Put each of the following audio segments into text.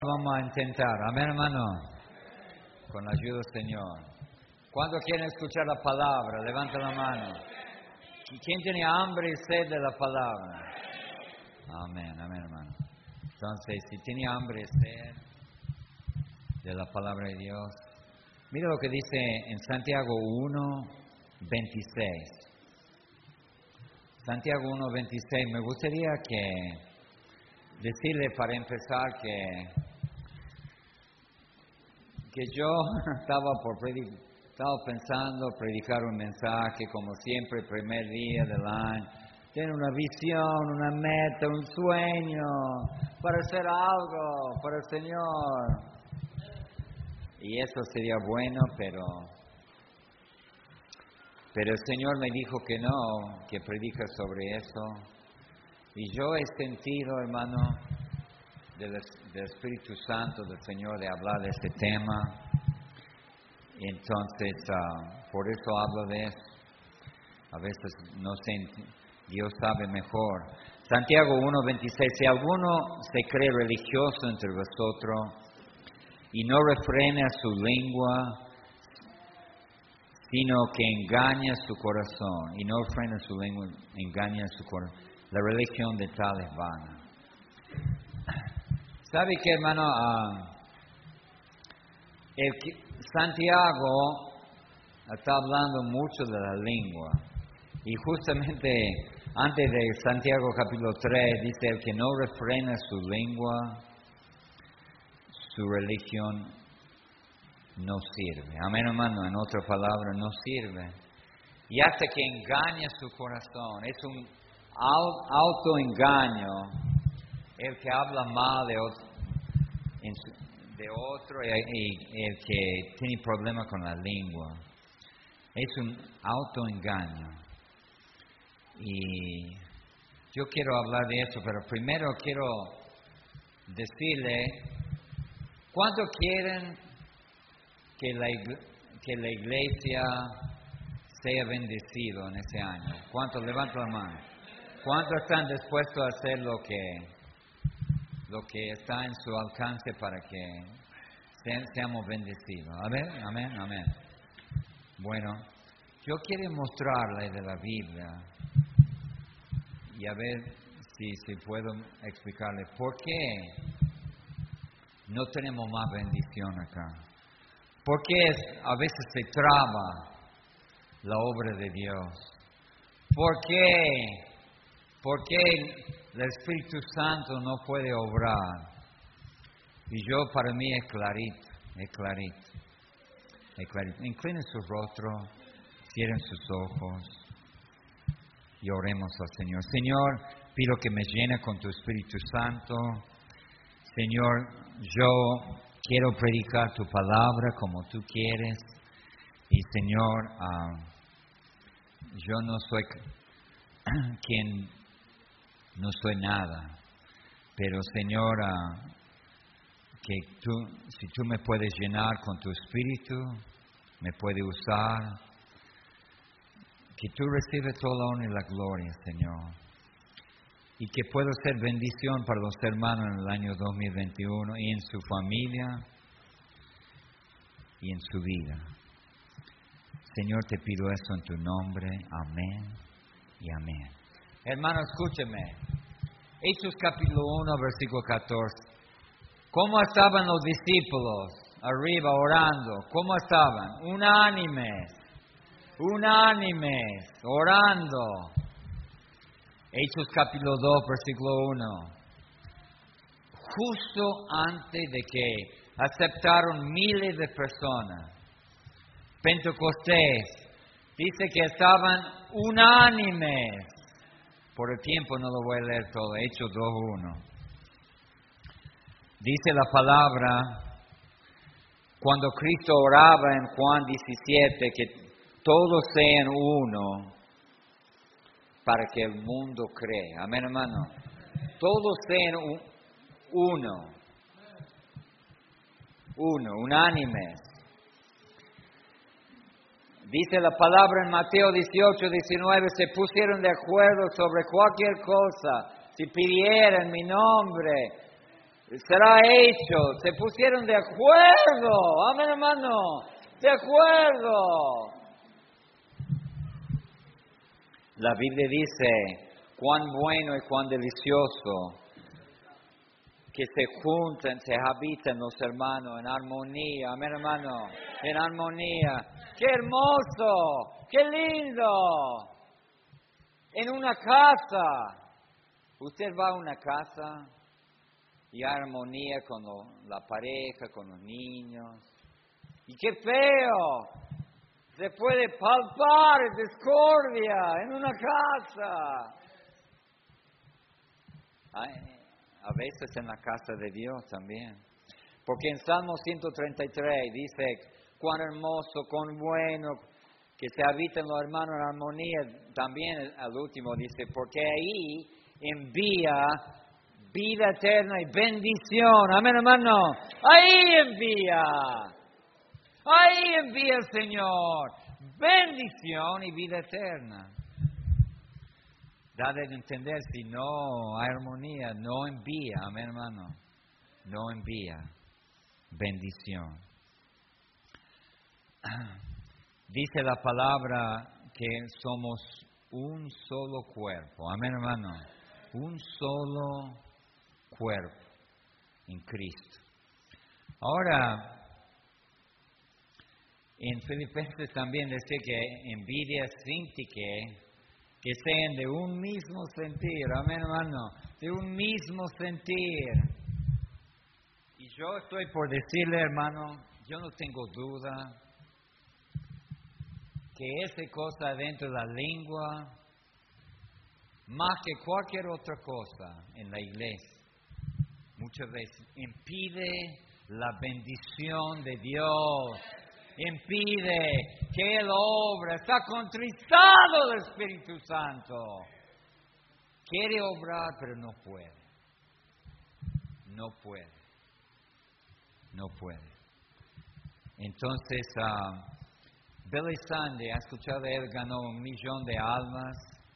Vamos a intentar, amén, hermano, con la ayuda del Señor. ¿Cuántos quieren escuchar la palabra? Levanta la mano. ¿Quién tiene hambre y sed de la palabra? Amén, amén, hermano. Entonces, si tiene hambre y sed de la palabra de Dios, mira lo que dice en Santiago 1:26. Santiago 1:26. Me gustaría decirle para empezar que yo estaba pensando predicar un mensaje como siempre el primer día del año. Tener una visión, una meta, un sueño para hacer algo para el Señor. Y eso sería bueno, pero el Señor me dijo que no, que predica sobre eso. Y yo he sentido, hermano, del Espíritu Santo del Señor de hablar de este tema. Y entonces, por eso hablo de eso. A veces no sé, Dios sabe mejor. Santiago 1:26. Si alguno se cree religioso entre vosotros y no refrena su lengua, sino que engaña su corazón, y no refrena su lengua, engaña su corazón, la religión de tal es vana. ¿Sabe qué, hermano? Santiago está hablando mucho de la lengua. Y justamente antes de Santiago capítulo 3 dice: el que no refrena su lengua, su religión no sirve. Amén, hermano. En otra palabra, no sirve. Y hasta que engaña su corazón. Es un autoengaño el que habla mal de otro y el que tiene problemas con la lengua. Es un autoengaño. Y yo quiero hablar de eso, pero primero quiero decirle: ¿cuánto quieren que la iglesia sea bendecido en ese año? ¿Cuántos? Levanta la mano. ¿Cuántos están dispuestos a hacer lo que está en su alcance para que seamos bendecidos? Amén, amén, amén. Bueno, yo quiero mostrarle de la Biblia y a ver si puedo explicarle por qué no tenemos más bendición acá. ¿Por qué a veces se traba la obra de Dios? ¿Por qué el Espíritu Santo no puede obrar? Y para mí es clarito, es clarito. Inclinen su rostro, cierren sus ojos y oremos al Señor. Señor, pido que me llene con tu Espíritu Santo. Señor, yo quiero predicar tu palabra como tú quieres. Y Señor, yo no soy no soy nada. Pero Señor, que si tú me puedes llenar con tu Espíritu, me puedes usar. Que tú recibes toda la honra y la gloria, Señor. Y que puedo ser bendición para los hermanos en el año 2021 y en su familia y en su vida. Señor, te pido eso en tu nombre. Amén y amén. Hermano, escúcheme. Hechos capítulo 1, versículo 14. ¿Cómo estaban los discípulos arriba orando? ¿Cómo estaban? Unánimes, orando. Hechos capítulo 2, versículo 1. Justo antes de que aceptaron miles de personas, Pentecostés, dice que estaban unánimes. Por el tiempo no lo voy a leer todo. Hechos 2:1. Dice la palabra, cuando Cristo oraba en Juan 17, que todos sean uno para que el mundo crea. Amén, hermano. Todos sean unánimes. Dice la palabra en Mateo 18:19, se pusieron de acuerdo sobre cualquier cosa. Si pidieran mi nombre, será hecho. Se pusieron de acuerdo. Amén, hermano. De acuerdo. La Biblia dice, cuán bueno y cuán delicioso que se junten, se habitan los hermanos en armonía. Amén, hermano. En armonía. ¡Qué hermoso! ¡Qué lindo! En una casa. Usted va a una casa y hay armonía con la pareja, con los niños. ¡Y qué feo! Se puede palpar discordia en una casa. A veces en la casa de Dios también. Porque en Salmo 133 dice, cuán hermoso, cuán bueno, que se habiten los hermanos en armonía. También al último dice, porque ahí envía vida eterna y bendición. Amén, hermano. Ahí envía. Ahí envía el Señor bendición y vida eterna. Da de entender, si no hay armonía, no envía, amén, hermano, no envía bendición. Dice la palabra que somos un solo cuerpo, amén, hermano, un solo cuerpo en Cristo. Ahora, en Filipenses también dice que envidia sin que sean de un mismo sentir, amén, hermano, de un mismo sentir. Y yo estoy por decirle, hermano, yo no tengo duda que esa cosa dentro de la lengua, más que cualquier otra cosa en la iglesia, muchas veces impide la bendición de Dios. Impide que Él obra. Está contristado el Espíritu Santo. Quiere obrar, pero no puede. No puede. No puede. Entonces, Billy Sunday, ¿ha escuchado? Él ganó 1 millón de almas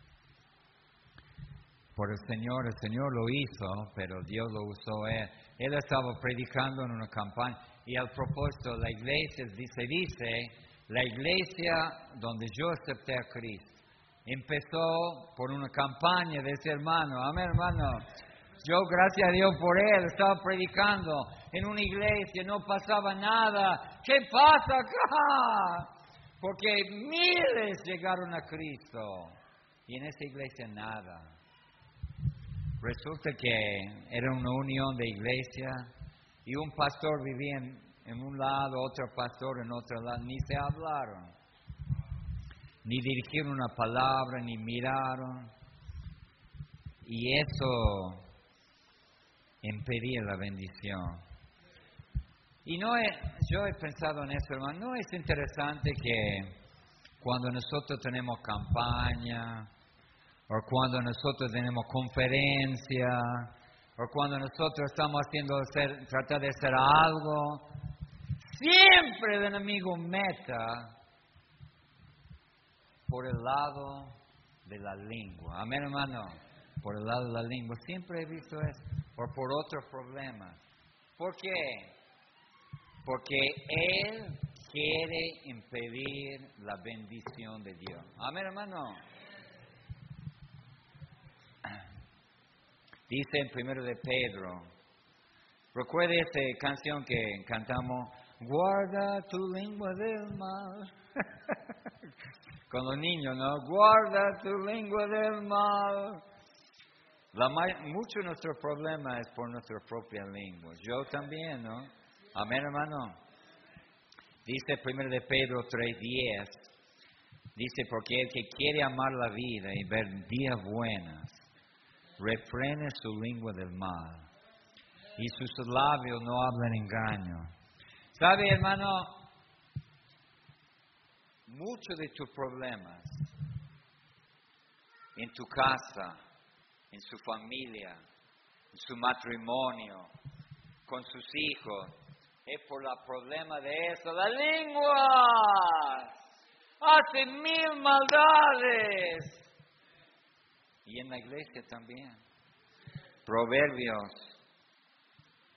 por el Señor lo hizo, pero Dios lo usó Él. Él estaba predicando en una campaña. Y al propósito, la iglesia dice, la iglesia donde yo acepté a Cristo, empezó por una campaña de ese hermano. Amén, hermano. Yo, gracias a Dios por él, estaba predicando en una iglesia, no pasaba nada. ¿Qué pasa acá? Porque miles llegaron a Cristo. Y en esa iglesia nada. Resulta que era una unión de iglesia. Y un pastor vivía en un lado, otro pastor en otro lado. Ni se hablaron, ni dirigieron una palabra, ni miraron. Y eso impedía la bendición. Y yo he pensado en eso, hermano. ¿No es interesante que cuando nosotros tenemos campaña, o cuando nosotros tenemos conferencia, o cuando nosotros estamos tratar de hacer algo, siempre el enemigo meta por el lado de la lengua? Amén, hermano. Por el lado de la lengua. Siempre he visto eso. O por otros problemas. ¿Por qué? Porque Él quiere impedir la bendición de Dios. Amén, hermano. Dice en 1 de Pedro, recuerde esa canción que cantamos, guarda tu lengua del mal. Con los niños, ¿no? Guarda tu lengua del mal. Mucho de nuestro problema es por nuestra propia lengua. Yo también, ¿no? Amén, hermano. Dice 1 de Pedro 3:10, dice, porque el que quiere amar la vida y ver días buenas, refrene su lengua del mal, y sus labios no hablan engaño. ¿Sabe, hermano? Muchos de tus problemas en tu casa, en su familia, en su matrimonio, con sus hijos, es por el problema de eso. La lengua hace 1000 maldades. Y en la iglesia también. Proverbios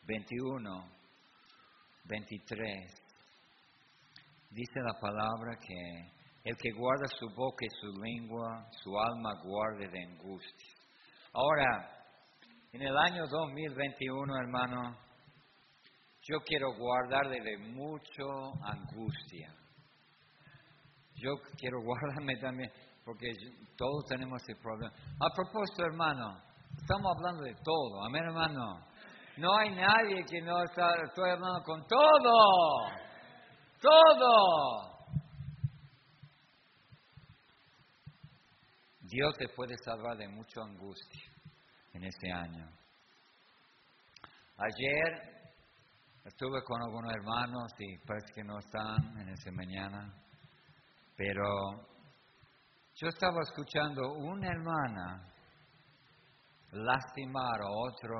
21, 23. Dice la palabra que el que guarda su boca y su lengua, su alma guarde de angustia. Ahora, en el año 2021, hermano, yo quiero guardarle de mucho angustia. Yo quiero guardarme también, porque todos tenemos ese problema. A propósito, hermano, estamos hablando de todo. Amén, hermano. No hay nadie que no estoy hablando con todo. Todo. Dios te puede salvar de mucha angustia en este año. Ayer estuve con algunos hermanos y parece que no están en esa mañana, pero yo estaba escuchando una hermana lastimar a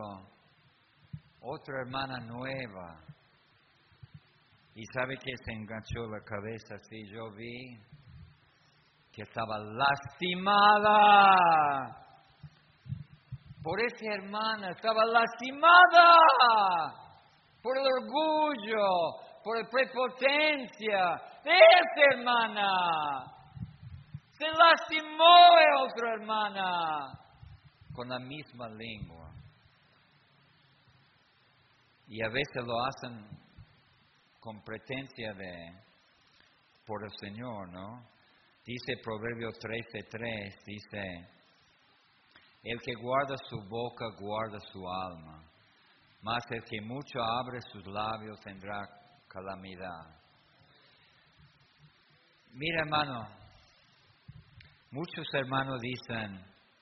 otra hermana nueva. Y sabe que se enganchó la cabeza así, yo vi que estaba lastimada. Por esa hermana, estaba lastimada por el orgullo, por la prepotencia de esa hermana. Se lastimó a otra hermana con la misma lengua. Y a veces lo hacen con pretencia por el Señor, ¿no? Dice Proverbios 13:3, dice, el que guarda su boca guarda su alma, mas el que mucho abre sus labios tendrá calamidad. Mira, hermano, muchos hermanos dicen,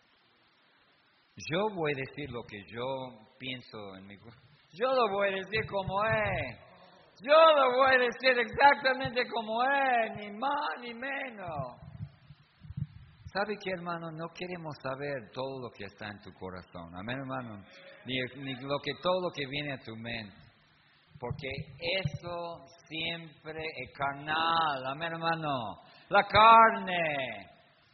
yo voy a decir lo que yo pienso en mi corazón. Yo lo voy a decir como es. Yo lo voy a decir exactamente como es, ni más ni menos. ¿Sabe qué, hermano? No queremos saber todo lo que está en tu corazón. Amén, hermano. Ni todo lo que viene a tu mente. Porque eso siempre es carnal. Amén, hermano. La carne.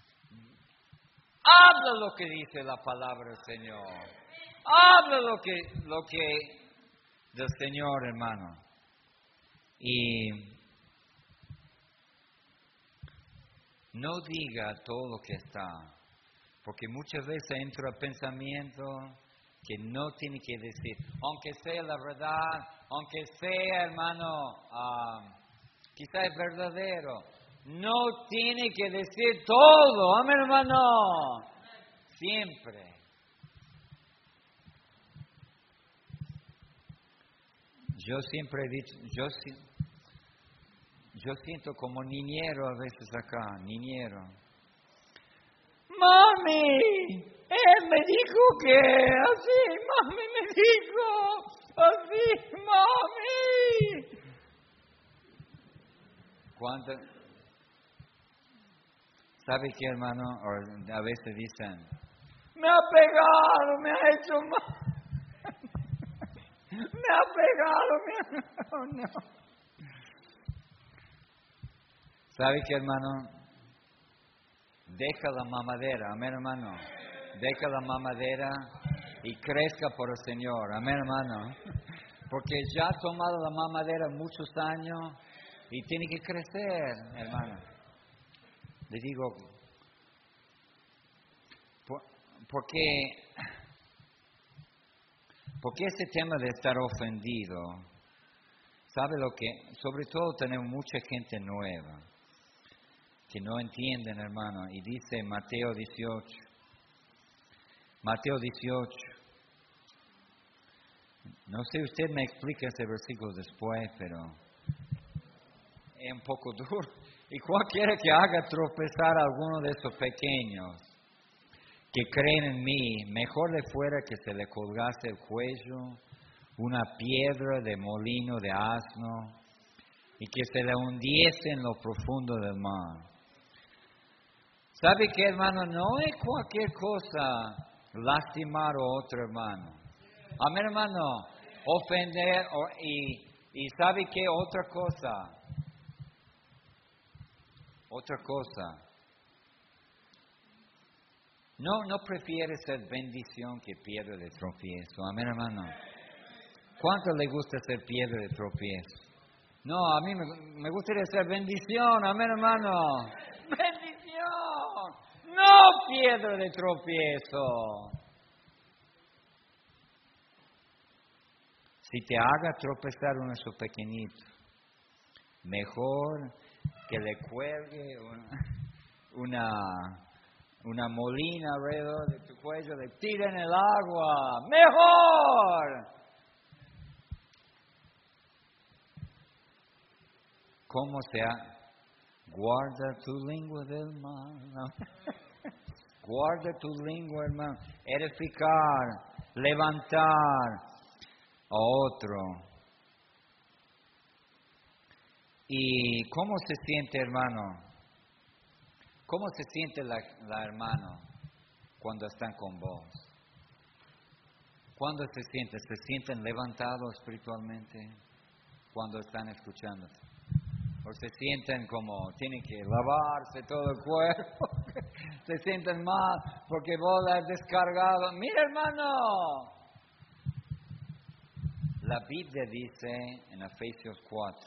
Habla lo que dice la palabra del Señor. Habla lo que del Señor, hermano. Y no diga todo lo que está, porque muchas veces entra el pensamiento que no tiene que decir, aunque sea la verdad, aunque sea, hermano, quizás es verdadero, no tiene que decir todo, amén, hermano, siempre. Yo siempre he dicho, yo siento como niñero a veces acá, niñero. Mami, él me dijo que así, mami me dijo, así, mami. ¿Cuánto? ¿Sabe qué, hermano? A veces dicen, me ha pegado, me ha hecho mal. Me ha pegado, oh, no. ¿Sabe qué, hermano? Deja la mamadera, amén, hermano. Deja la mamadera y crezca por el Señor, amén, hermano. Porque ya ha tomado la mamadera muchos años y tiene que crecer, hermano. Le digo, porque ese tema de estar ofendido, ¿sabe lo que? Sobre todo tenemos mucha gente nueva que no entienden, hermano. Y dice Mateo 18. No sé, usted me explica ese versículo después, pero es un poco duro. Y cualquiera que haga tropezar a alguno de esos pequeños que creen en mí, mejor le fuera que se le colgase el cuello una piedra de molino de asno y que se le hundiese en lo profundo del mar. ¿Sabe qué, hermano? No es cualquier cosa lastimar a otro hermano. Amén, hermano. Ofender y ¿sabe qué? Otra cosa. No prefiere ser bendición que piedra de tropiezo. Amén, hermano. ¿Cuánto le gusta ser piedra de tropiezo? No, a mí me gustaría ser bendición, amén, hermano. ¡Bendición! No piedra de tropiezo. Si te haga tropezar uno de esos pequeñitos, mejor que le cuelgue una molina alrededor de tu cuello, le tire en el agua. ¡Mejor! ¿Cómo sea? Guarda tu lengua del mal. ¿No? Guarda tu lengua, hermano. Edificar, levantar a otro. ¿Y cómo se siente, hermano? ¿Cómo se siente la hermano cuando están con vos? ¿Cuándo se sienten? ¿Se sienten levantados espiritualmente cuando están escuchándote? ¿O se sienten como tienen que lavarse todo el cuerpo? ¿Se sienten mal porque vos la has descargado? ¡Mira, hermano! La Biblia dice en Efesios 4,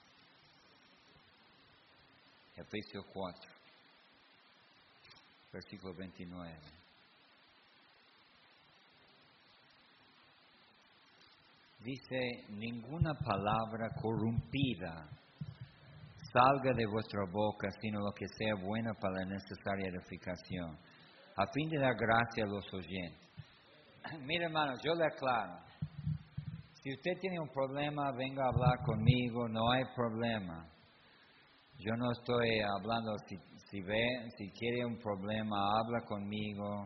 versículo 29. Dice, ninguna palabra corrompida salga de vuestra boca, sino lo que sea bueno para la necesaria edificación, a fin de dar gracia a los oyentes. Mira, hermanos, yo le aclaro. Si usted tiene un problema, venga a hablar conmigo, no hay problema. Yo no estoy hablando, si quiere un problema, habla conmigo.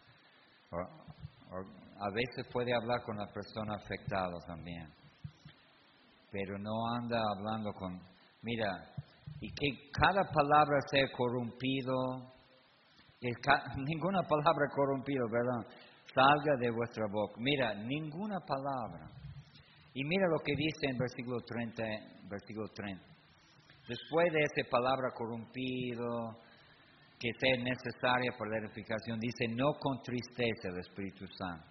A veces puede hablar con la persona afectada también. Pero no anda hablando con... Mira, y que cada palabra sea corrompido, ninguna palabra corrompida, ¿verdad? Salga de vuestra boca. Mira, ninguna palabra. Y mira lo que dice en versículo 30. Después de esa palabra corrompido, que sea necesaria para la edificación, dice, no contristece el Espíritu Santo.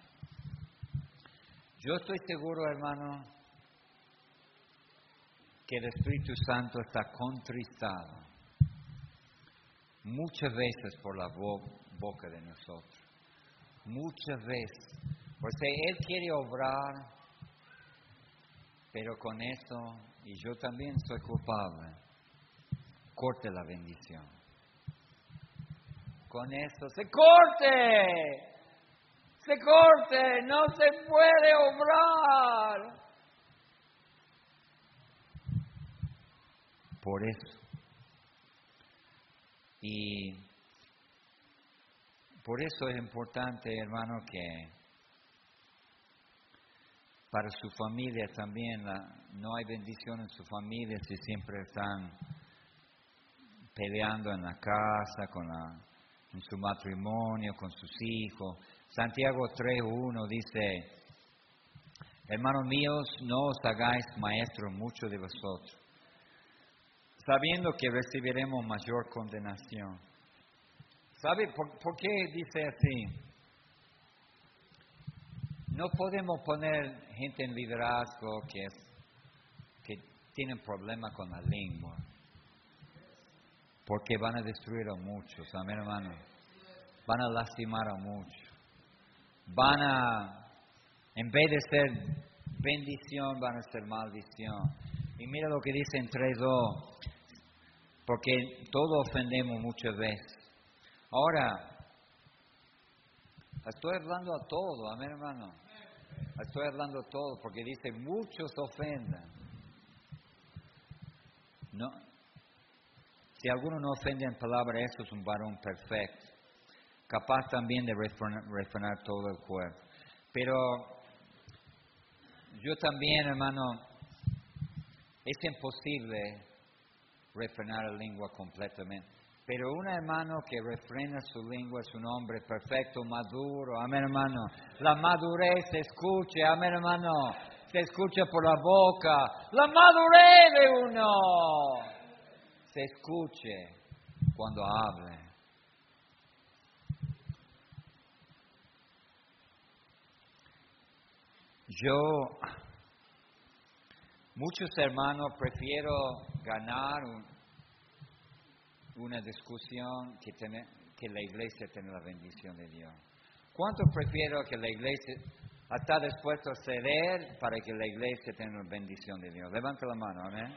Yo estoy seguro, hermano, que el Espíritu Santo está contristado muchas veces por la boca de nosotros. Muchas veces. Porque Él quiere obrar, pero con eso, y yo también soy culpable, corte la bendición. Con eso, ¡se corte! ¡Se corte! ¡No se puede obrar! Por eso. Y por eso es importante, hermano, que para su familia también no hay bendición en su familia si siempre están peleando en la casa, en su matrimonio, con sus hijos. Santiago 3:1 dice, hermanos míos, no os hagáis maestros muchos de vosotros, sabiendo que recibiremos mayor condenación. ¿Sabe por qué dice así? No podemos poner gente en liderazgo que tienen problemas con la lengua, porque van a destruir a muchos, amén, hermano. Van a lastimar a muchos. En vez de ser bendición, van a ser maldición. Y mira lo que dice en 3:2, porque todos ofendemos muchas veces. Ahora, estoy hablando a todo, amén, hermano. Estoy hablando a todo, porque dice, muchos ofendan. No. Si alguno no ofende en palabra, eso es un varón perfecto, capaz también de refrenar todo el cuerpo. Pero yo también, hermano, es imposible refrenar la lengua completamente. Pero un hermano que refrena su lengua es un hombre perfecto, maduro, amén, hermano. La madurez se escucha, amén, hermano. Se escucha por la boca. La madurez de uno se escuche cuando hable. Yo Muchos hermanos prefiero ganar una discusión que la iglesia tenga la bendición de Dios. ¿Cuánto prefiero que la iglesia está dispuesto a ceder para que la iglesia tenga la bendición de Dios? Levanta la mano, amén.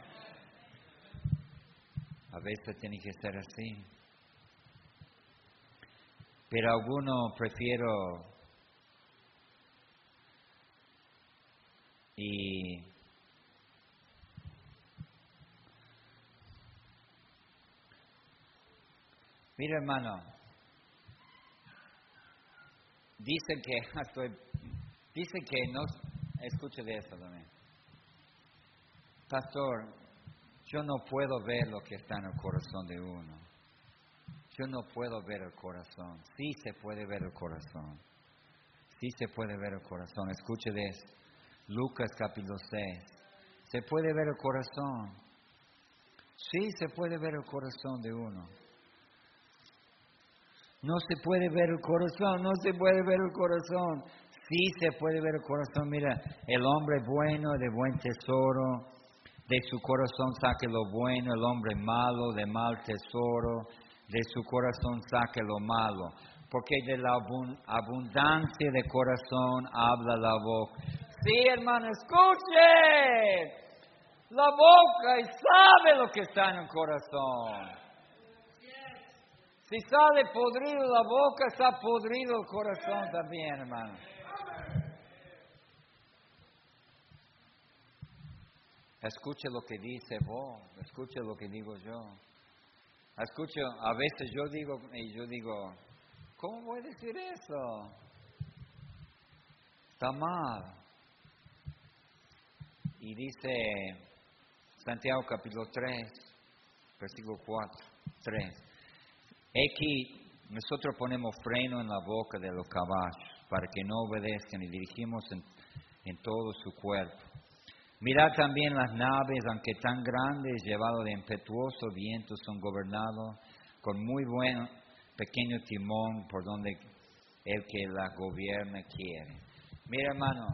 A veces tiene que ser así. Pero algunos prefiero mira, hermano, dicen que no, escuche de esto también. Pastor, yo no puedo ver lo que está en el corazón de uno. Yo no puedo ver el corazón. Sí se puede ver el corazón. Sí se puede ver el corazón. Escuche de esto. Lucas capítulo 6. Se puede ver el corazón. Sí se puede ver el corazón de uno. No se puede ver el corazón, no se puede ver el corazón. Sí se puede ver el corazón. Mira, el hombre bueno de buen tesoro, de su corazón saque lo bueno, el hombre malo de mal tesoro, de su corazón saque lo malo. Porque de la abundancia de corazón habla la boca. Sí, hermano, escuche. La boca y sabe lo que está en el corazón. Si sale podrido la boca, está podrido el corazón también, hermano. Escuche lo que dice vos, escuche lo que digo yo. Escuche, a veces yo digo, ¿cómo voy a decir eso? Está mal. Y dice Santiago capítulo 3, versículo 4, 3. Aquí nosotros ponemos freno en la boca de los caballos para que no obedezcan y dirigimos en todo su cuerpo. Mirad también las naves, aunque tan grandes, llevadas de impetuoso viento, son gobernados con muy buen pequeño timón por donde el que las gobierna quiere. Mira, hermano,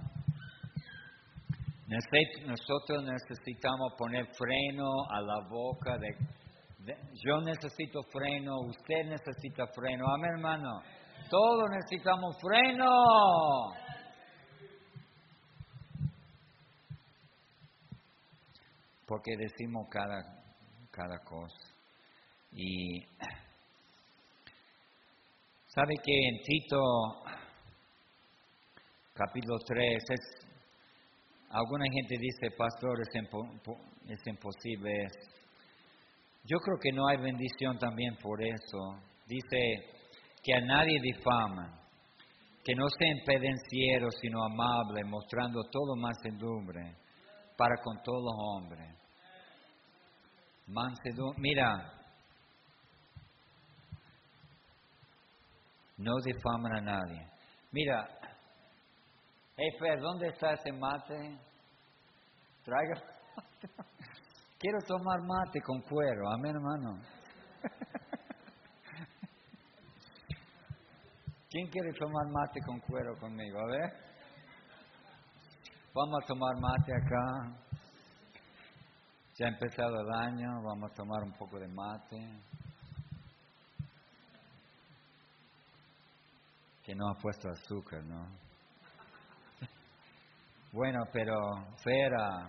nosotros necesitamos poner freno a la boca yo necesito freno, usted necesita freno. Amén, hermano. Todos necesitamos freno. Porque decimos cada cosa. Y sabe que en Tito capítulo 3 alguna gente dice, pastor, es imposible eso. Yo creo que no hay bendición también por eso. Dice que a nadie difama, que no sea impedenciero, sino amable, mostrando todo mansedumbre para con todos los hombres. Mansedumbre, mira, no difaman a nadie. Mira, Fer, ¿dónde está ese mate? Traiga. Quiero tomar mate con cuero, amén, hermano. ¿Quién quiere tomar mate con cuero conmigo? A ver. Vamos a tomar mate acá. Ya ha empezado el año, vamos a tomar un poco de mate. Que no ha puesto azúcar, ¿no? Bueno, pero Fera,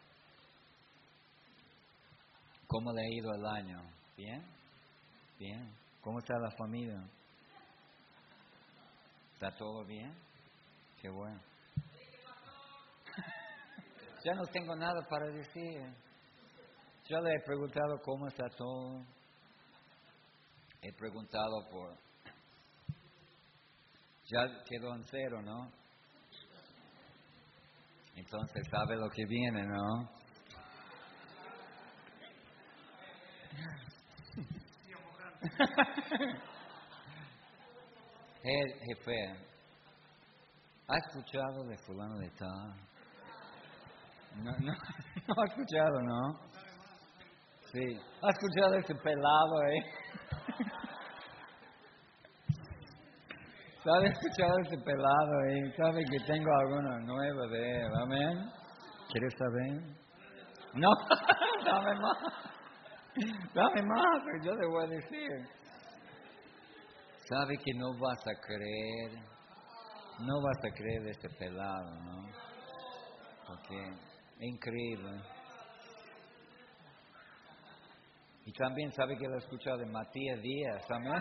¿cómo le ha ido el año? ¿Bien? ¿Bien? ¿Cómo está la familia? ¿Está todo bien? Qué bueno. Ya no tengo nada para decir. Yo le he preguntado cómo está todo. He preguntado ya quedó en cero, ¿no? Entonces sabe lo que viene, ¿no? Jefe, ¿ha escuchado de fulano de tal? No ha escuchado, ¿no? Sí. ¿Ha escuchado de ese pelado, ¿Sabe escuchar ese pelado? ¿Sabe que tengo alguna nueva de él? ¿Amén? ¿Quieres saber? No, dame más. Dame más, yo le voy a decir. Sabe que no vas a creer. No vas a creer de este pelado, ¿no? Porque es increíble. Y también sabe que lo he escuchado de Matías Díaz, también.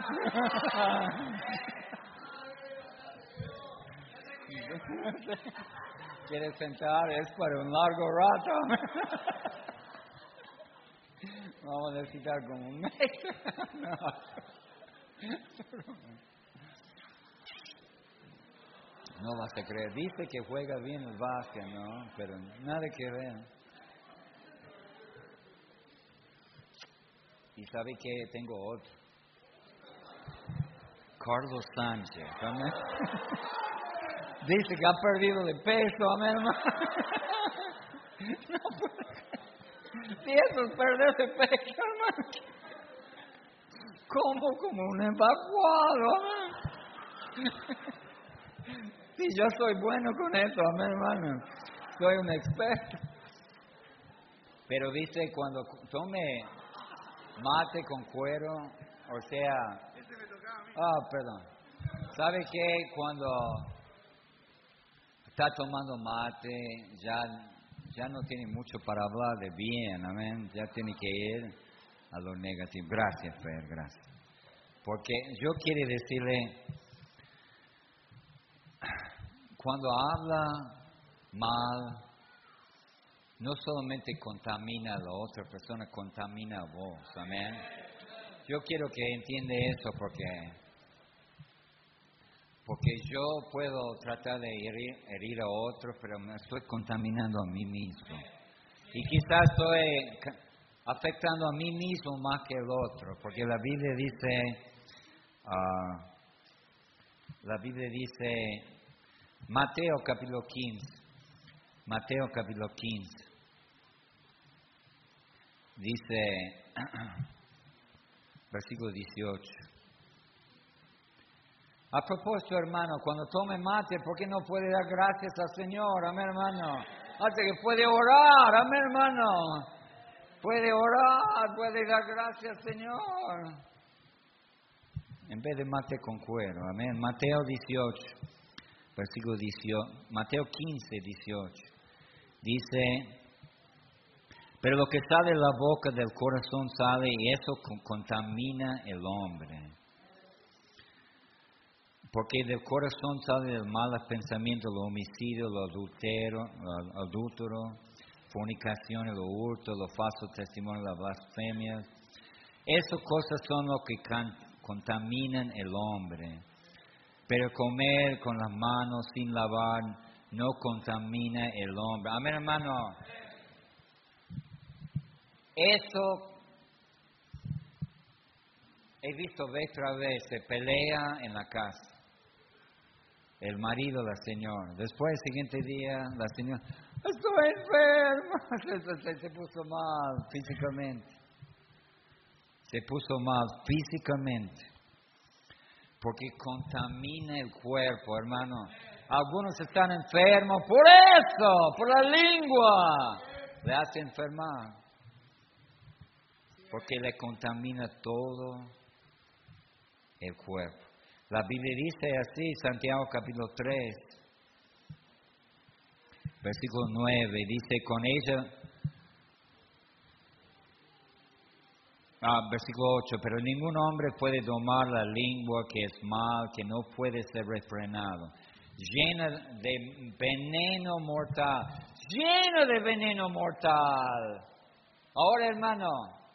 ¿Quiere sentar? Es para un largo rato. Vamos a necesitar como un mes. No. No vas a creer. Dice que juega bien el básquet, ¿no? Pero nada que ver. Y sabe que tengo otro. Carlos Sánchez, ¿amén? Dice que ha perdido de peso, amén, hermano. No puede. Si eso es perder de peso, hermano. Como un evacuado, amén. Sí, yo soy bueno con eso, amén, hermano. Soy un experto. Pero dice, cuando tome mate con cuero, o sea... perdón. ¿Sabe qué? Cuando está tomando mate, ya no tiene mucho para hablar de bien, amén. Ya tiene que ir a lo negativo. Gracias, Fer, gracias. Porque yo quiero decirle, cuando habla mal, no solamente contamina a la otra persona, contamina a vos, amén. Yo quiero que entienda eso porque yo puedo tratar de herir a otros, pero me estoy contaminando a mí mismo. Y quizás estoy afectando a mí mismo más que el otro, porque la Biblia dice, Mateo capítulo 15, dice, versículo 18. A propósito, hermano, cuando tome mate, ¿por qué no puede dar gracias al Señor? Amén, hermano. Hasta que puede orar, amén, hermano. Puede orar, puede dar gracias al Señor. En vez de mate con cuero, amén. Mateo 18, versículo 18. Mateo 15, 18. Dice, pero lo que sale de la boca del corazón sale y eso contamina el hombre. Porque del corazón sale el mal pensamiento, el homicidio, el adúltero, fornicación, el hurto, los falsos testimonios, las blasfemias. Esas cosas son lo que contaminan el hombre. Pero comer con las manos sin lavar no contamina el hombre. Amén, hermano. Eso he visto vez tras vez, se pelea en la casa. El marido, la señora. Después, el siguiente día, la señora, estoy enferma. Se puso mal físicamente. Se puso mal físicamente. Porque contamina el cuerpo, hermano. Algunos están enfermos por eso, por la lengua. Le hace enfermar. Porque le contamina todo el cuerpo. La Biblia dice así, Santiago capítulo 3, versículo 9, dice, con ella, versículo 8, pero ningún hombre puede domar la lengua que es mal, que no puede ser refrenado, llena de veneno mortal, llena de veneno mortal. Ahora, hermano,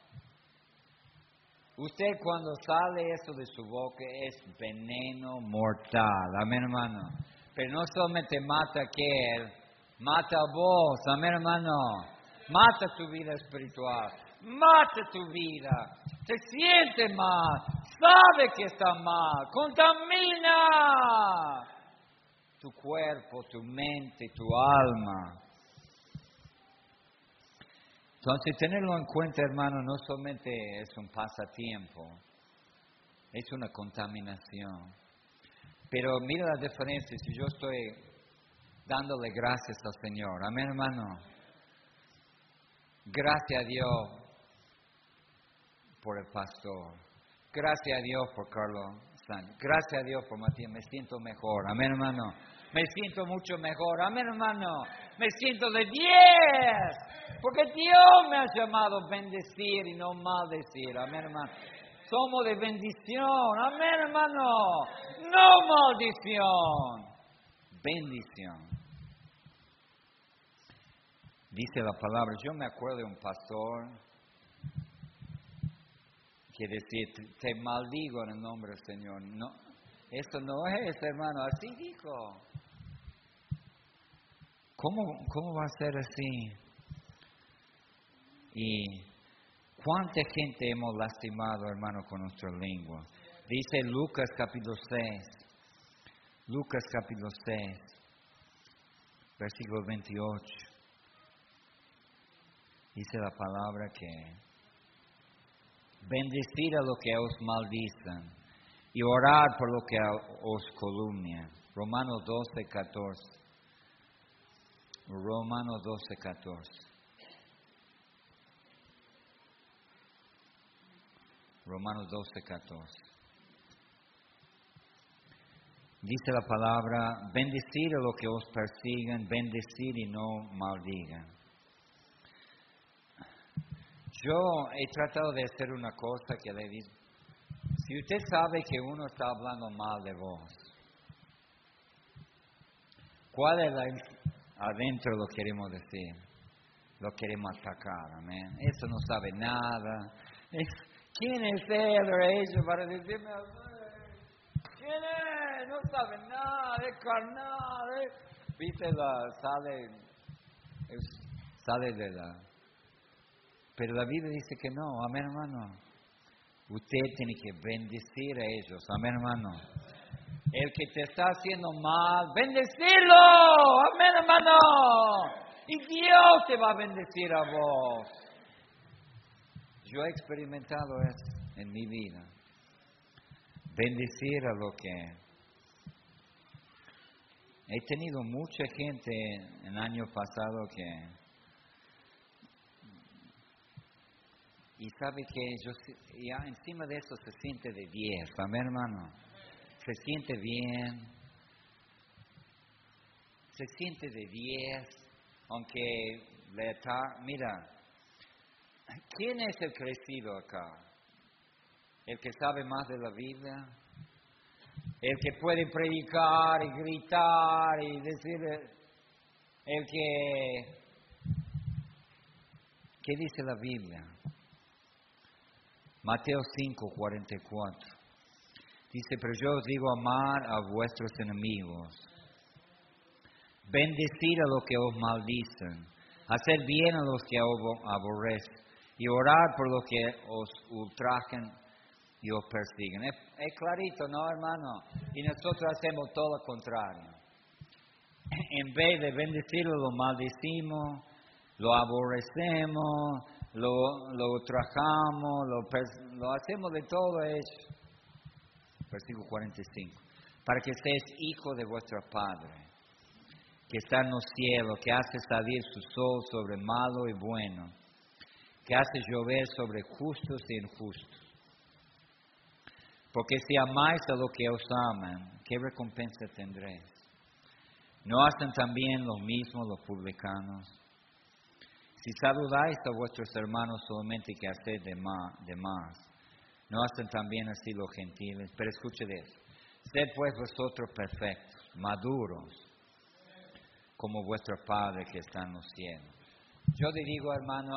usted cuando sale eso de su boca es veneno mortal, amén, hermano. Pero no solamente mata a aquel, mata a vos, amén, hermano. Mata tu vida espiritual, mata tu vida. Se siente mal, sabe que está mal, contamina tu cuerpo, tu mente, tu alma. Entonces, tenerlo en cuenta, hermano, no solamente es un pasatiempo, es una contaminación. Pero mira la diferencia si yo estoy dándole gracias al Señor. Amén, hermano. Gracias a Dios por el pastor. Gracias a Dios por Carlos Sánchez. Gracias a Dios por Matías. Me siento mejor. Amén, hermano. Me siento mucho mejor. Amén, hermano. Me siento de 10. Porque Dios me ha llamado a bendecir y no maldecir. Amén, hermano. Somos de bendición. Amén, hermano. No maldición. Bendición. Dice la palabra. Yo me acuerdo de un pastor que decía, te maldigo en el nombre del Señor. No, esto no es, hermano. Así dijo. ¿Cómo va a ser así? Y cuánta gente hemos lastimado, hermano, con nuestra lengua. Dice Lucas capítulo 6. Lucas capítulo 6, versículo 28. Dice la palabra que bendecir a los que os maldicen y orar por lo que os calumnian. Romanos 12, 14. Romanos 12, 14. Romanos 12, 14. Dice la palabra, bendecir a los que os persiguen, bendecir y no maldigan. Yo he tratado de hacer una cosa que le digo. Si usted sabe que uno está hablando mal de vos, ¿cuál es adentro lo queremos decir? Lo queremos atacar, amén. Eso no sabe nada. ¿Quién es él o ella para decirme, quién es? No sabe nada, es carnal. Viste, sale de la... Pero la Biblia dice que no, amén, hermano. Usted tiene que bendecir a ellos, amén, hermano. El que te está haciendo mal, bendecirlo, amén, hermano. Y Dios te va a bendecir a vos. Yo he experimentado eso en mi vida. Bendecir a lo que... He tenido mucha gente en el año pasado que... Y sabe que ya encima de eso se siente de 10, amén, hermano. Se siente bien. Se siente de 10, aunque mira, ¿quién es el crecido acá? ¿El que sabe más de la Biblia? ¿El que puede predicar y gritar y decir? ¿El que... ¿Qué dice la Biblia? Mateo 5, 44. Dice, pero yo os digo amar a vuestros enemigos, bendecir a los que os maldicen, hacer bien a los que os aborrecen y orar por los que os ultrajen y os persiguen. Es clarito, ¿no, hermano? Y nosotros hacemos todo lo contrario. En vez de bendecirlo, lo maldecimos, lo aborrecemos, lo ultrajamos, lo hacemos de todo eso. Versículo 45. Para que seas hijo de vuestro Padre, que está en los cielos, que hace salir su sol sobre malo y bueno, que hace llover sobre justos y injustos. Porque si amáis a los que os aman, ¿qué recompensa tendréis? ¿No hacen también lo mismo los publicanos? Si saludáis a vuestros hermanos solamente que hacéis de más, ¿no hacen también así los gentiles? Pero escuche eso. Sed pues vosotros perfectos, maduros, como vuestro Padre que está en los cielos. Yo le digo, hermano,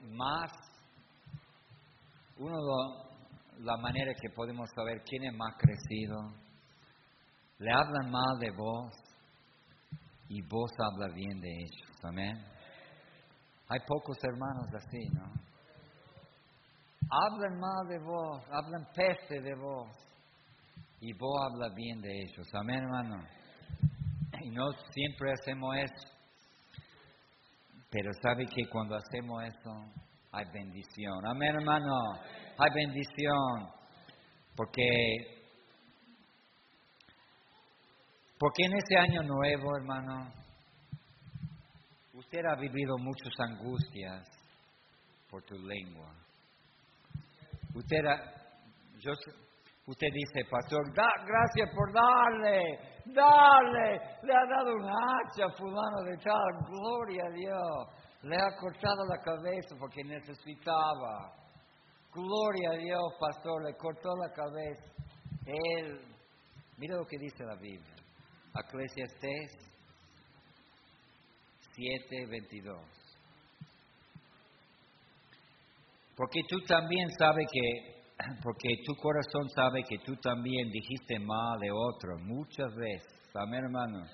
la manera que podemos saber quién es más crecido, le hablan mal de vos y vos hablas bien de ellos. Amén. Hay pocos hermanos así, ¿no? Hablan mal de vos, hablan peste de vos y vos hablas bien de ellos. Amén, hermano. Y no siempre hacemos eso. Pero sabe que cuando hacemos eso hay bendición. Amén, hermano. Hay bendición. Porque en ese año nuevo, hermano, usted ha vivido muchas angustias, por tu lengua. Usted dice, pastor, gracias por darle, le ha dado un hacha a fulano de tal, gloria a Dios, le ha cortado la cabeza porque necesitaba, gloria a Dios, pastor, le cortó la cabeza. Mira lo que dice la Biblia, Eclesiastés 7:22. Porque tú también sabes porque tu corazón sabe que tú también dijiste mal de otro muchas veces. Amén, hermano.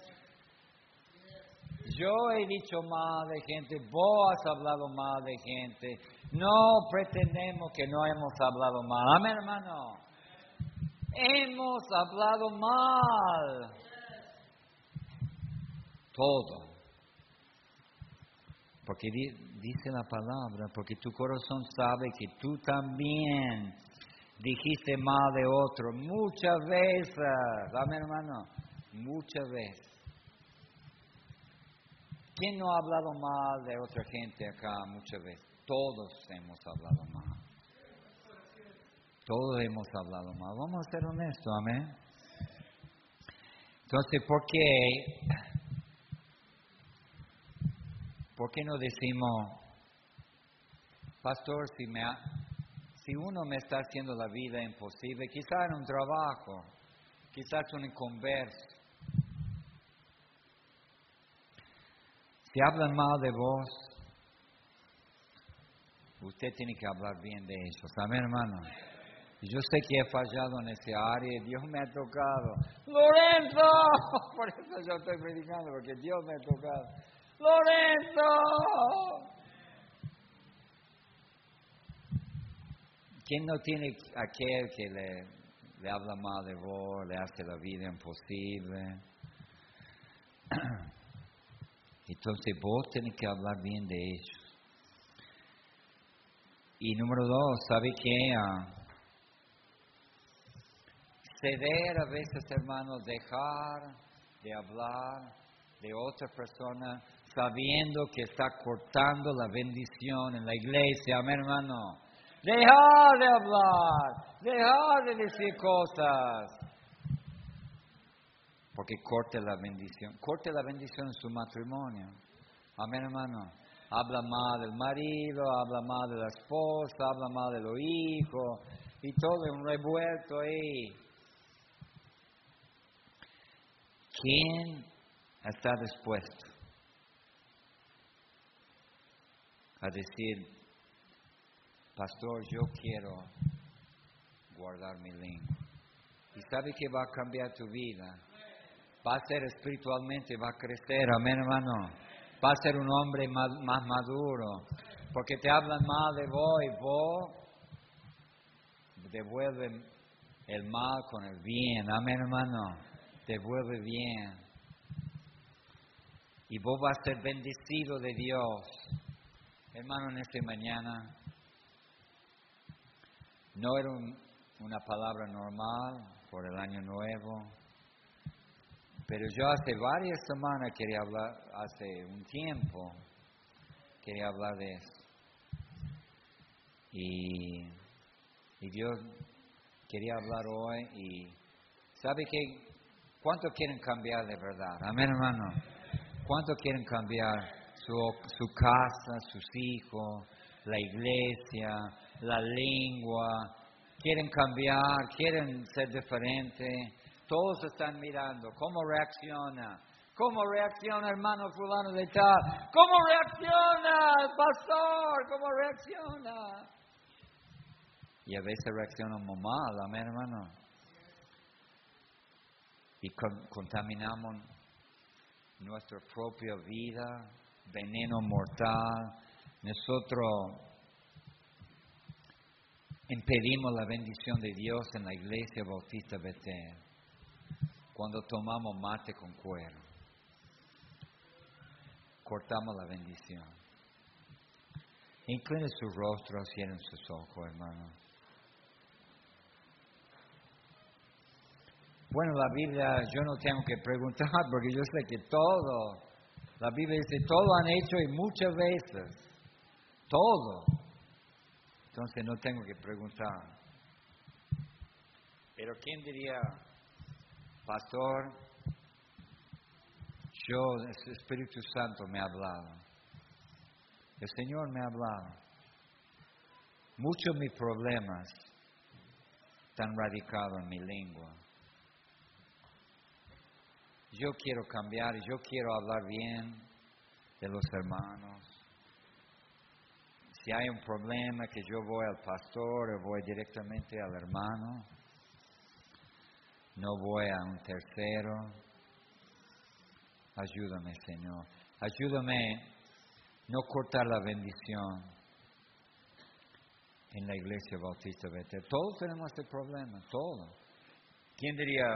Yo he dicho mal de gente, vos has hablado mal de gente. No pretendemos que no hemos hablado mal. Amén, hermano. Hemos hablado mal. Todo. Porque dice la palabra, porque tu corazón sabe que tú también dijiste mal de otro muchas veces. Amén, hermano. Muchas veces. ¿Quién no ha hablado mal de otra gente acá muchas veces? Todos hemos hablado mal. Todos hemos hablado mal. Vamos a ser honestos, amén. Entonces, ¿por qué no decimos, pastor, si uno me está haciendo la vida imposible, quizás en un trabajo, quizás un converso, si hablan mal de vos, usted tiene que hablar bien de ellos, amén, hermano. Yo sé que he fallado en ese área y Dios me ha tocado. ¡Lorenzo! Por eso yo estoy predicando, porque Dios me ha tocado. ¡Lorenzo! ¿Quién no tiene aquel que le habla mal de vos, le hace la vida imposible? Entonces vos tenés que hablar bien de ellos. Y número 2, ¿sabe qué? Ceder a veces, hermanos, dejar de hablar de otra persona sabiendo que está cortando la bendición en la iglesia. Amén, hermano. Dejar de hablar, dejar de decir cosas. Porque corte la bendición en su matrimonio. Amén, hermano. Habla mal del marido, habla mal de la esposa, habla mal de los hijos y todo un revuelto ahí. ¿Quién está dispuesto a decir, pastor, yo quiero guardar mi lengua? ¿Y sabe que va a cambiar tu vida? Va a ser espiritualmente, va a crecer, amén, hermano. Va a ser un hombre más maduro. Porque te hablan mal de vos y vos devuelve el mal con el bien, amén, hermano. Devuelve bien. Y vos vas a ser bendecido de Dios. Hermano, en esta mañana no era una palabra normal por el año nuevo, pero yo hace varias semanas quería hablar, hace un tiempo quería hablar de eso. Y Dios quería hablar hoy y ¿sabe qué? ¿Cuántos quieren cambiar de verdad? Amén, hermano. ¿Cuántos quieren cambiar su casa, sus hijos, la iglesia, la lengua? ¿Quieren cambiar? ¿Quieren ser diferentes? Todos están mirando. ¿Cómo reacciona? ¿Cómo reacciona, hermano fulano de tal? ¿Cómo reacciona, pastor? ¿Cómo reacciona? Y a veces reaccionamos mal, amén, hermano. Y contaminamos nuestra propia vida, veneno mortal. Nosotros impedimos la bendición de Dios en la iglesia Bautista Betel cuando tomamos mate con cuero. Cortamos la bendición. Inclinen su rostro, cierren sus ojos, hermano. Bueno, la Biblia, yo no tengo que preguntar porque yo sé que todo, la Biblia dice, todo han hecho y muchas veces, todo. Entonces no tengo que preguntar. Pero ¿quién diría, pastor, el Espíritu Santo me ha hablado? El Señor me ha hablado. Muchos de mis problemas están radicados en mi lengua. Yo quiero cambiar, yo quiero hablar bien de los hermanos. Si hay un problema que yo voy al pastor o voy directamente al hermano, no voy a un tercero. Ayúdame, Señor. Ayúdame a no cortar la bendición en la Iglesia Bautista Betel. Todos tenemos este problema, todos. ¿Quién diría,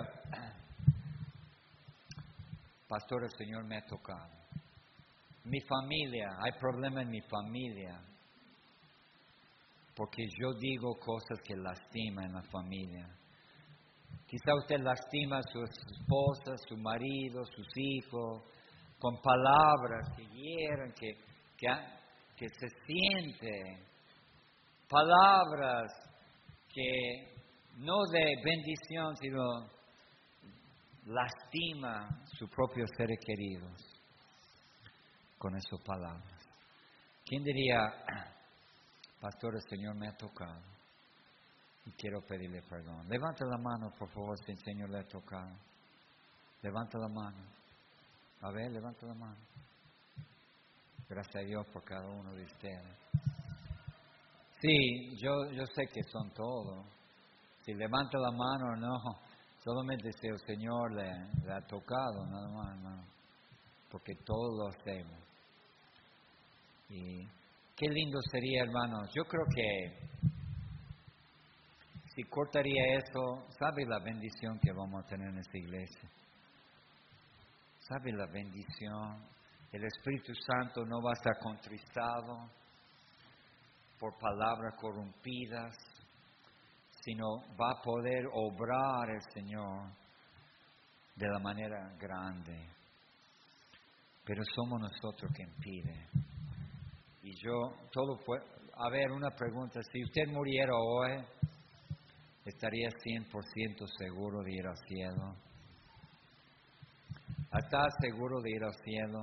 pastor, el Señor me ha tocado? Mi familia, hay problema en mi familia. Porque yo digo cosas que lastiman en la familia. Quizá usted lastima a su esposa, su marido, sus hijos, con palabras que hieren, que se siente, palabras que no de bendición, sino lastima sus propios seres queridos con esas palabras. ¿Quién diría, pastor, el Señor me ha tocado y quiero pedirle perdón? Levanta la mano, por favor, si el Señor le ha tocado. Levanta la mano. A ver, levanta la mano. Gracias a Dios por cada uno de ustedes. Sí, yo sé que son todos. Si levanta la mano o no, solamente si el Señor le ha tocado, nada más, no. Porque todos lo hacemos. Y qué lindo sería, hermanos. Yo creo que si cortaría eso, ¿sabe la bendición que vamos a tener en esta iglesia? ¿Sabe la bendición? El Espíritu Santo no va a estar contristado por palabras corrompidas, sino va a poder obrar el Señor de la manera grande. Pero somos nosotros quien pide. Y a ver, una pregunta, si usted muriera hoy, ¿estaría 100% seguro de ir al cielo? ¿Estás seguro de ir al cielo?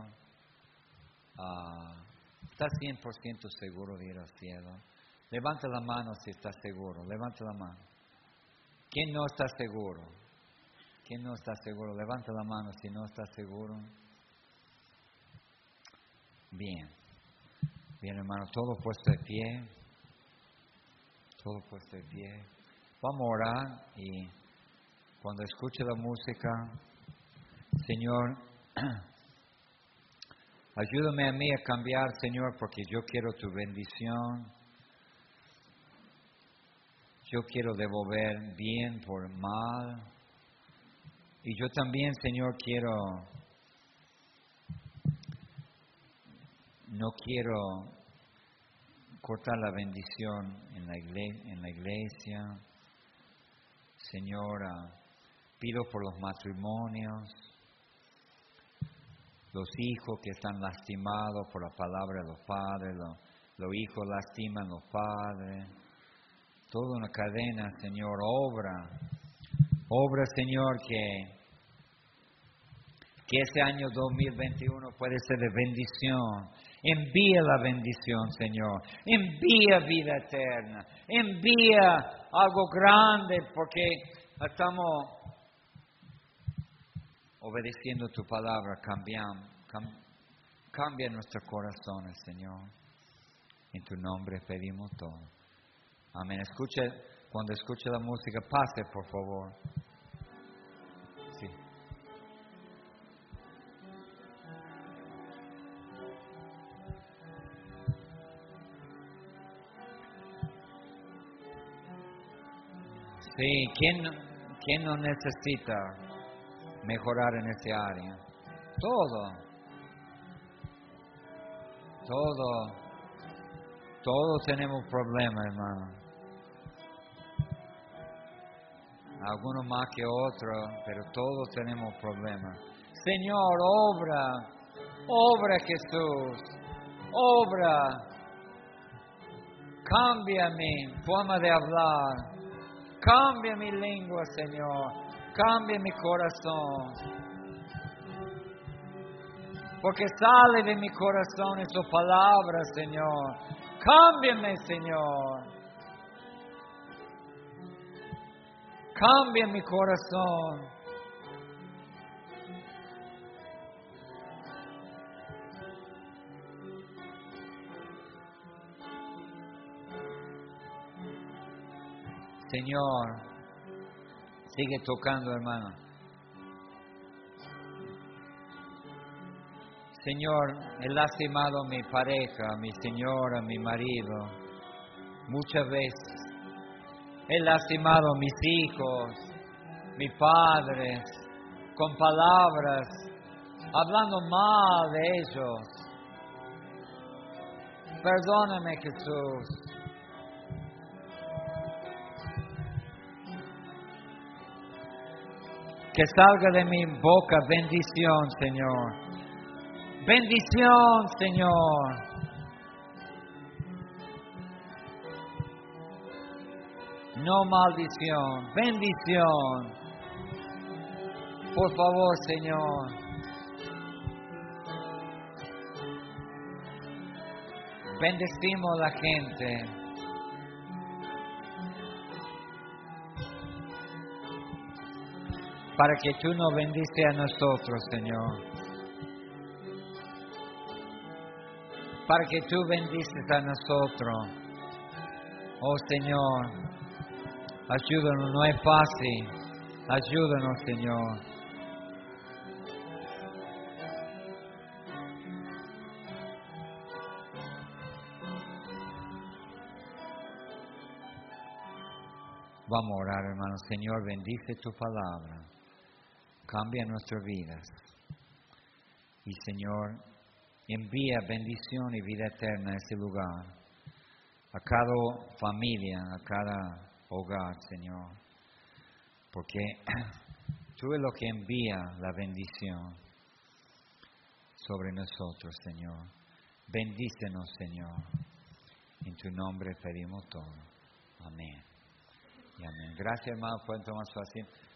¿Estás 100% seguro de ir al cielo? Levanta la mano si estás seguro, levanta la mano. ¿Quién no está seguro? ¿Quién no está seguro? Levanta la mano si no está seguro. Bien. Bien, hermano, todo puesto de pie. Todo puesto de pie. Vamos a orar y cuando escuche la música, Señor, ayúdame a mí a cambiar, Señor, porque yo quiero tu bendición. Yo quiero devolver bien por mal. Y yo también, Señor, no quiero cortar la bendición en la iglesia. Señor, pido por los matrimonios, los hijos que están lastimados por la palabra de los padres, los hijos lastiman a los padres. Toda una cadena, Señor, obra, Señor, que este año 2021 puede ser de bendición. Envía la bendición, Señor. Envía vida eterna. Envía algo grande porque estamos obedeciendo tu palabra. Cambia nuestros corazones, Señor. En tu nombre pedimos todo. Amén. Cuando escuche la música, pase, por favor. Sí. Sí, ¿quién no necesita mejorar en este área? Todos tenemos problemas, hermano. Algunos más que otros, pero todos tenemos problemas. Señor, obra Jesús, obra. Cambia mi forma de hablar. Cambia mi lengua, Señor. Cambia mi corazón. Porque sale de mi corazón esa palabra, Señor. Cámbiame, Señor. Cambia mi corazón. Señor, sigue tocando, hermano. Señor, he lastimado a mi pareja, a mi señora, a mi marido. Muchas veces he lastimado a mis hijos, mis padres, con palabras, hablando mal de ellos. Perdóname, Jesús. Que salga de mi boca bendición, Señor. Bendición, Señor. No maldición, bendición. Por favor, Señor. Bendecimos a la gente. Para que tú nos bendices a nosotros, Señor. Para que tú bendices a nosotros. Oh, Señor, ayúdanos, no es fácil. Ayúdanos, Señor. Vamos a orar, hermano. Señor, bendice tu palabra. Cambia nuestras vidas. Y, Señor, envía bendición y vida eterna a este lugar. A cada familia, a cada hogar, Señor. Porque tú es lo que envía la bendición sobre nosotros, Señor. Bendícenos, Señor. En tu nombre pedimos todo. Amén. Y amén. Gracias, hermano. Pueden tomar su asiento.